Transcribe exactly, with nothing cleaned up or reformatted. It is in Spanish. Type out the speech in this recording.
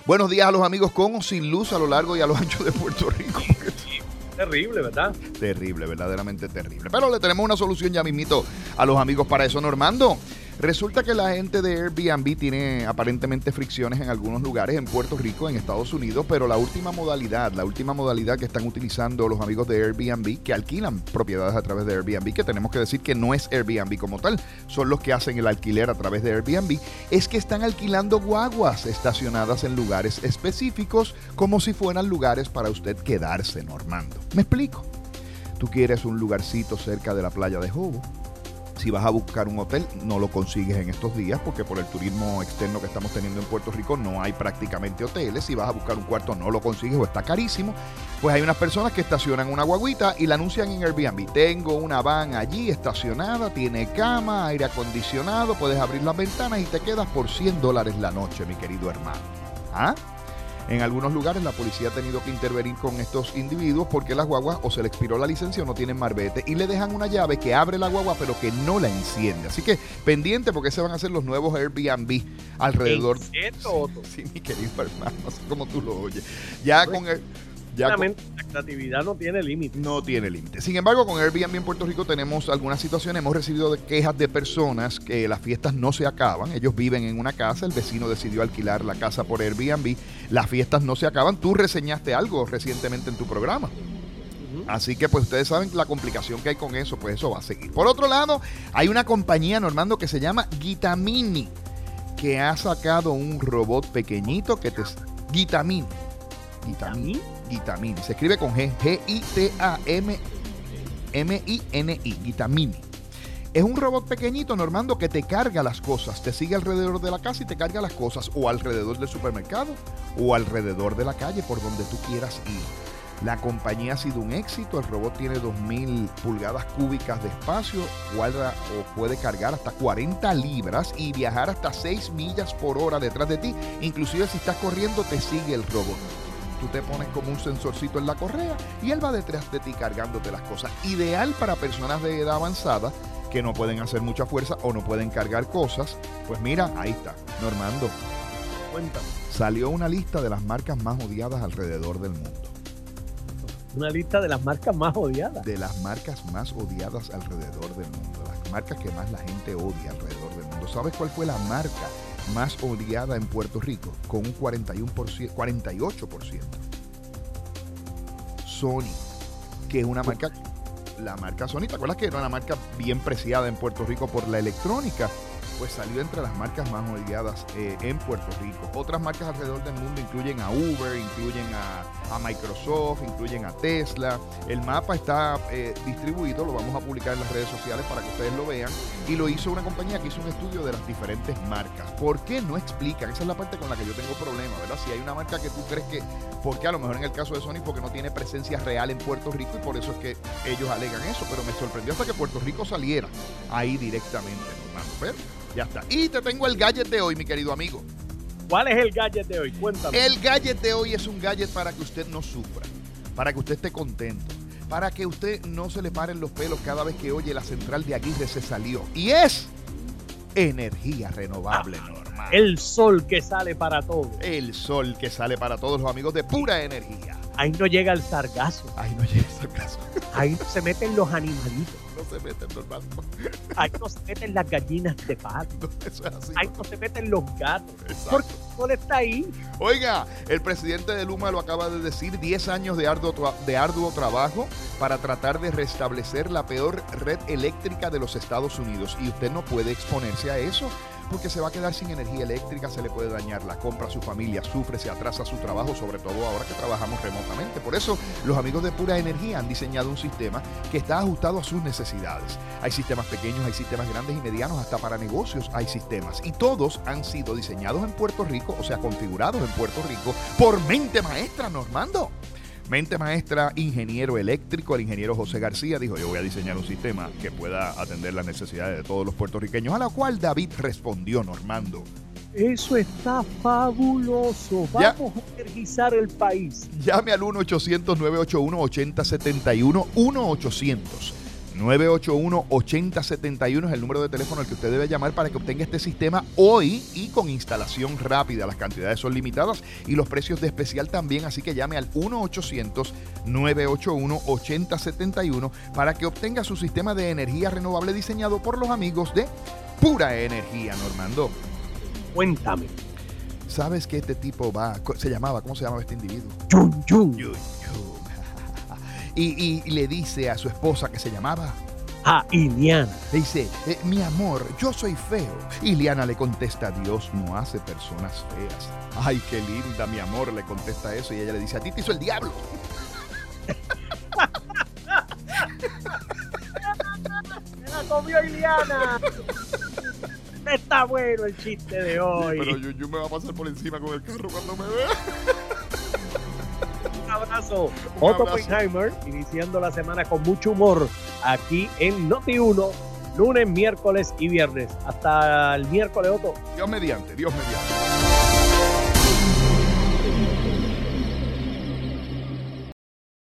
Buenos días a los amigos con o sin luz a lo largo y a lo ancho de Puerto Rico. Terrible, ¿verdad? Terrible, verdaderamente terrible. Pero le tenemos una solución ya mismito a los amigos para eso, Normando. Resulta que la gente de Airbnb tiene aparentemente fricciones en algunos lugares en Puerto Rico, en Estados Unidos, pero la última modalidad, la última modalidad que están utilizando los amigos de Airbnb, que alquilan propiedades a través de Airbnb, que tenemos que decir que no es Airbnb como tal, son los que hacen el alquiler a través de Airbnb, es que están alquilando guaguas estacionadas en lugares específicos como si fueran lugares para usted quedarse, Normando. ¿Me explico? Tú quieres un lugarcito cerca de la playa de Jobo. Si vas a buscar un hotel, no lo consigues en estos días porque por el turismo externo que estamos teniendo en Puerto Rico no hay prácticamente hoteles. Si vas a buscar un cuarto, no lo consigues o está carísimo. Pues hay unas personas que estacionan una guaguita y la anuncian en Airbnb. Tengo una van allí estacionada, tiene cama, aire acondicionado, puedes abrir las ventanas y te quedas por cien dólares la noche, mi querido hermano. ¿Ah? En algunos lugares la policía ha tenido que intervenir con estos individuos porque las guaguas o se le expiró la licencia o no tienen marbete y le dejan una llave que abre la guagua pero que no la enciende. Así que pendiente porque se van a hacer los nuevos Airbnb alrededor. ¿En serio? Sí, mi querido hermano, así como tú lo oyes. Ya con el... Ya con, la creatividad no tiene límite. No tiene límite. Sin embargo, con Airbnb en Puerto Rico tenemos algunas situaciones. Hemos recibido quejas de personas que las fiestas no se acaban. Ellos viven en una casa, el vecino decidió alquilar la casa por Airbnb. Las fiestas no se acaban. Tú reseñaste algo recientemente en tu programa. Uh-huh. Así que pues ustedes saben la complicación que hay con eso, pues eso va a seguir. Por otro lado, hay una compañía, Normando, que se llama Gitamini, que ha sacado un robot pequeñito que te... Gitamini. Gitamini. Gitamini. Se escribe con G. G I T A M M I N I. Gitamini. Es un robot pequeñito, Normando, que te carga las cosas. Te sigue alrededor de la casa y te carga las cosas. O alrededor del supermercado. O alrededor de la calle, por donde tú quieras ir. La compañía ha sido un éxito. El robot tiene dos mil pulgadas cúbicas de espacio. Guarda o puede cargar hasta cuarenta libras y viajar hasta seis millas por hora detrás de ti. Inclusive si estás corriendo, te sigue el robot. Tú te pones como un sensorcito en la correa y él va detrás de ti cargándote las cosas. Ideal para personas de edad avanzada que no pueden hacer mucha fuerza o no pueden cargar cosas. Pues mira, ahí está, Normando. Cuéntame. Salió una lista de las marcas más odiadas alrededor del mundo. Una lista de las marcas más odiadas. De las marcas más odiadas alrededor del mundo. Las marcas que más la gente odia alrededor del mundo. ¿Sabes cuál fue la marca más odiada en Puerto Rico? Con un cuarenta y uno por ciento, cuarenta y ocho por ciento. Sony, que es una marca, la marca Sony, ¿te acuerdas que era una marca bien preciada en Puerto Rico por la electrónica? Pues salió entre las marcas más odiadas eh, en Puerto Rico. Otras marcas alrededor del mundo incluyen a Uber, incluyen a, a Microsoft, incluyen a Tesla. El mapa está eh, distribuido, lo vamos a publicar en las redes sociales para que ustedes lo vean. Y lo hizo una compañía que hizo un estudio de las diferentes marcas. ¿Por qué no explican? Esa es la parte con la que yo tengo problema, ¿verdad? Si hay una marca que tú crees que, porque a lo mejor en el caso de Sony, porque no tiene presencia real en Puerto Rico y por eso es que ellos alegan eso. Pero me sorprendió hasta que Puerto Rico saliera ahí directamente, Normando. Pero ya está. Y te tengo el gadget de hoy, mi querido amigo. ¿Cuál es el gadget de hoy? Cuéntame. El gadget de hoy es un gadget para que usted no sufra, para que usted esté contento, para que usted no se le paren los pelos cada vez que oye la central de Aguirre se salió. Y es energía renovable, ah, normal. El sol que sale para todos. El sol que sale para todos los amigos de Pura Energía. Ahí no llega el sargazo. Ahí no llega el sargazo. Ahí no se meten los animalitos. No se meten, normal. Ahí no se meten las gallinas de palo. No, eso es así. Ahí no, no se meten los gatos. Exacto. Porque el sol está ahí. Oiga, el presidente de Luma lo acaba de decir, diez años de arduo, tra- de arduo trabajo para tratar de restablecer la peor red eléctrica de los Estados Unidos. Y usted no puede exponerse a eso, porque se va a quedar sin energía eléctrica, se le puede dañar la compra a su familia, sufre, se atrasa su trabajo, sobre todo ahora que trabajamos remotamente. Por eso, los amigos de Pura Energía han diseñado un sistema que está ajustado a sus necesidades. Hay sistemas pequeños, hay sistemas grandes y medianos, hasta para negocios hay sistemas. Y todos han sido diseñados en Puerto Rico, o sea, configurados en Puerto Rico, por mente maestra, Normando. Mente maestra, ingeniero eléctrico, el ingeniero José García dijo, yo voy a diseñar un sistema que pueda atender las necesidades de todos los puertorriqueños, a la cual David respondió, Normando. Eso está fabuloso. Vamos ya. a energizar el país. Llame al uno ochocientos, nueve ocho uno, ocho cero siete uno, uno ochocientos, nueve ocho uno, ocho cero siete uno es el número de teléfono al que usted debe llamar para que obtenga este sistema hoy y con instalación rápida. Las cantidades son limitadas y los precios de especial también, así que llame al uno ochocientos, nueve ocho uno, ocho cero siete uno para que obtenga su sistema de energía renovable diseñado por los amigos de Pura Energía. Normando, Cuéntame. ¿sabes que este tipo va, se llamaba, ¿cómo se llamaba este individuo? Yun, yun. Yun, yun. Y, y le dice a su esposa que se llamaba A Iliana. Le dice, eh, mi amor, yo soy feo. Y Iliana le contesta, Dios no hace personas feas. Ay, qué linda, mi amor, le contesta eso. Y ella le dice, a ti te hizo el diablo. ¡Me la comió Iliana! Está bueno el chiste de hoy. Sí, pero Yuyu me va a pasar por encima con el carro cuando me vea. Un abrazo. Un Otto abrazo. Oppenheimer, iniciando la semana con mucho humor aquí en Noti uno, lunes, miércoles y viernes. Hasta el miércoles, Otto. Dios mediante, Dios mediante.